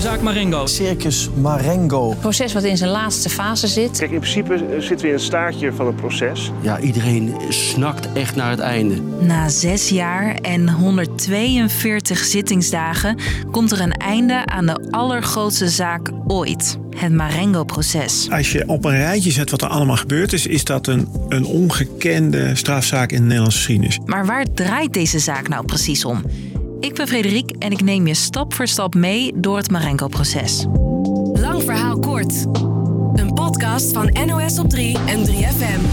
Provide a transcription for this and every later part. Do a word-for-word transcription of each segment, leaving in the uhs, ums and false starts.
zaak Marengo. Circus Marengo. Een proces wat in zijn laatste fase zit. Kijk, in principe zitten we in het staartje van het proces. Ja, iedereen snakt echt naar het einde. Na zes jaar en honderdtweeënveertig zittingsdagen komt er een einde aan de allergrootste zaak ooit. Het Marengo-proces. Als je op een rijtje zet wat er allemaal gebeurd is, is dat een, een ongekende strafzaak in de Nederlandse geschiedenis. Maar waar draait deze zaak nou precies om? Ik ben Frederik en ik neem je stap voor stap mee door het Marengo-proces. Lang verhaal kort. Een podcast van N O S op drie en drie F M.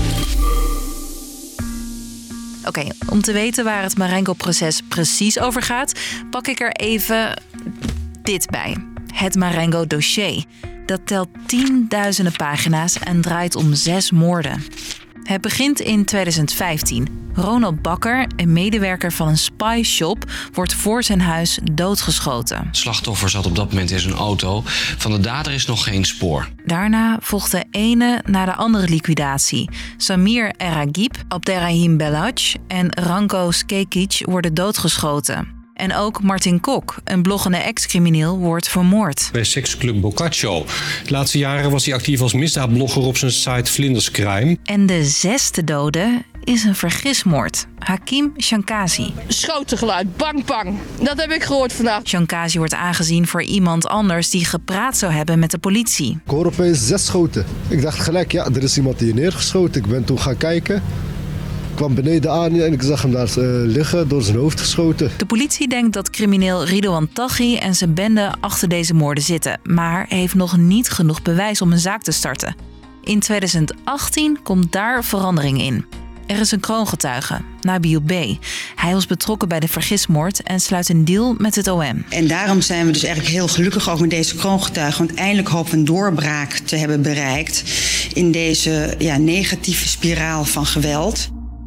Oké, okay, om te weten waar het Marengo-proces precies over gaat, pak ik er even dit bij. Het Marengo-dossier. Dat telt tienduizenden pagina's en draait om zes moorden. Het begint in tweeduizend vijftien. Ronald Bakker, een medewerker van een spyshop, wordt voor zijn huis doodgeschoten. Het slachtoffer zat op dat moment in zijn auto. Van de dader is nog geen spoor. Daarna volgt de ene na de andere liquidatie. Samir Eragib, Abderrahim Belhaj en Ranko Skekic worden doodgeschoten. En ook Martin Kok, een bloggende ex-crimineel, wordt vermoord. Bij seksclub Boccaccio. De laatste jaren was hij actief als misdaadblogger op zijn site Vlinders Crime. En de zesde dode is een vergismoord. Hakim Shankazi. Schotengeluid, bang bang. Dat heb ik gehoord vandaag. Shankazi wordt aangezien voor iemand anders die gepraat zou hebben met de politie. Ik hoor opeens zes schoten. Ik dacht gelijk, ja, er is iemand hier neergeschoten. Ik ben toen gaan kijken. Ik kwam beneden aan en ik zag hem daar uh, liggen, door zijn hoofd geschoten. De politie denkt dat crimineel Ridouan Taghi en zijn bende achter deze moorden zitten, maar heeft nog niet genoeg bewijs om een zaak te starten. In tweeduizend achttien komt daar verandering in. Er is een kroongetuige, Nabil B. Hij was betrokken bij de vergismoord en sluit een deal met het O M. En daarom zijn we dus eigenlijk heel gelukkig ook met deze kroongetuige, want eindelijk hopen we een doorbraak te hebben bereikt in deze ja, negatieve spiraal van geweld.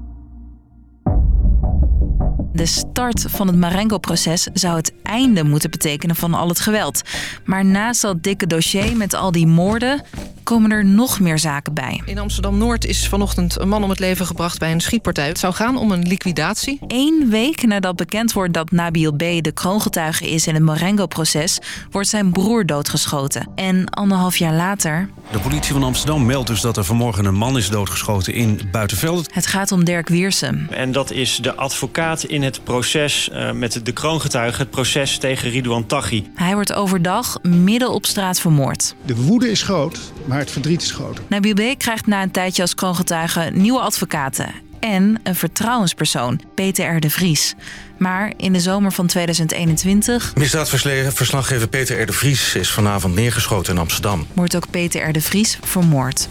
De start van het Marengo-proces zou het einde moeten betekenen van al het geweld. Maar naast dat dikke dossier met al die moorden komen er nog meer zaken bij. In Amsterdam-Noord is vanochtend een man om het leven gebracht bij een schietpartij. Het zou gaan om een liquidatie. Eén week nadat bekend wordt dat Nabil B. de kroongetuige is in het Marengo-proces, wordt zijn broer doodgeschoten. En anderhalf jaar later... De politie van Amsterdam meldt dus dat er vanmorgen een man is doodgeschoten in Buitenveld. Het gaat om Dirk Wiersum. En dat is de advocaat in het proces uh, met de kroongetuige, het proces tegen Ridouan Taghi. Hij wordt overdag midden op straat vermoord. De woede is groot, maar het verdriet is groot. Nabil B. krijgt na een tijdje als kroongetuige nieuwe advocaten en een vertrouwenspersoon, Peter R. de Vries. Maar in de zomer van tweeduizend eenentwintig... Misdaadverslaggever Peter R. de Vries is vanavond neergeschoten in Amsterdam. Wordt ook Peter R. de Vries vermoord.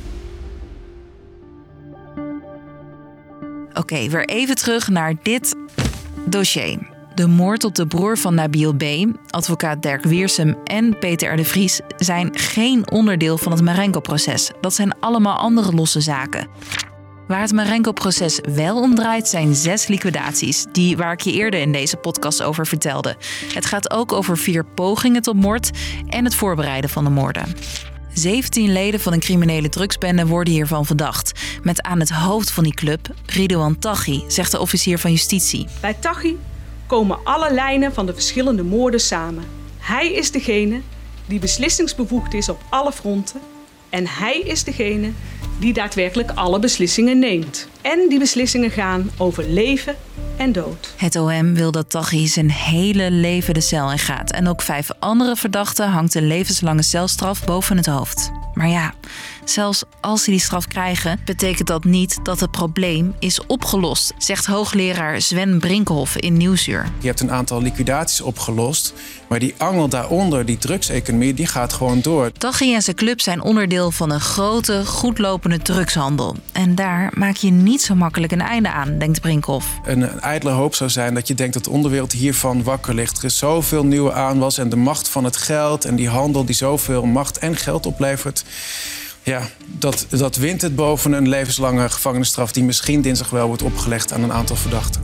Oké, okay, weer even terug naar dit dossier. De moord op de broer van Nabil B., advocaat Dirk Wiersum en Peter R. de Vries zijn geen onderdeel van het Marengo-proces. Dat zijn allemaal andere losse zaken. Waar het Marengo-proces wel om draait zijn zes liquidaties, die waar ik je eerder in deze podcast over vertelde. Het gaat ook over vier pogingen tot moord en het voorbereiden van de moorden. zeventien leden van een criminele drugsbende worden hiervan verdacht. Met aan het hoofd van die club Ridouan Taghi, zegt de officier van justitie. Bij Taghi komen alle lijnen van de verschillende moorden samen. Hij is degene die beslissingsbevoegd is op alle fronten. En hij is degene die daadwerkelijk alle beslissingen neemt. En die beslissingen gaan over leven en dood. Het O M wil dat Taghi zijn hele leven de cel in gaat. En ook vijf andere verdachten hangt een levenslange celstraf boven het hoofd. Maar ja, zelfs als ze die straf krijgen, betekent dat niet dat het probleem is opgelost, zegt hoogleraar Sven Brinkhoff in Nieuwsuur. Je hebt een aantal liquidaties opgelost, maar die angel daaronder, die drugseconomie, die gaat gewoon door. Taghi en zijn club zijn onderdeel van een grote, goedlopende drugshandel. En daar maak je niet zo makkelijk een einde aan, denkt Brinkhoff. Een, een ijdele hoop zou zijn dat je denkt dat de onderwereld hiervan wakker ligt. Er is zoveel nieuwe aanwas en de macht van het geld en die handel die zoveel macht en geld oplevert. Ja, dat, dat wint het boven een levenslange gevangenisstraf die misschien dinsdag wel wordt opgelegd aan een aantal verdachten.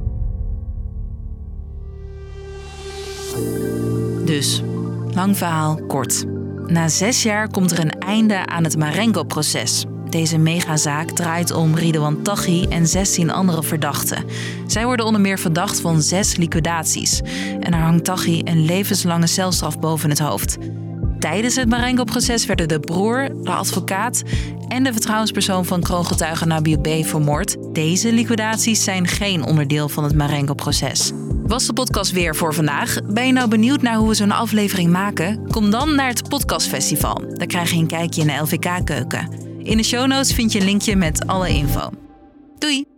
Dus, lang verhaal kort. Na zes jaar komt er een einde aan het Marengo-proces. Deze megazaak draait om Ridouan Taghi en zestien andere verdachten. Zij worden onder meer verdacht van zes liquidaties. En er hangt Taghi een levenslange celstraf boven het hoofd. Tijdens het Marengo-proces werden de broer, de advocaat en de vertrouwenspersoon van kroongetuige Nabil B. vermoord. Deze liquidaties zijn geen onderdeel van het Marengo-proces. Was de podcast weer voor vandaag? Ben je nou benieuwd naar hoe we zo'n aflevering maken? Kom dan naar het podcastfestival. Daar krijg je een kijkje in de L V K-keuken. In de show notes vind je een linkje met alle info. Doei!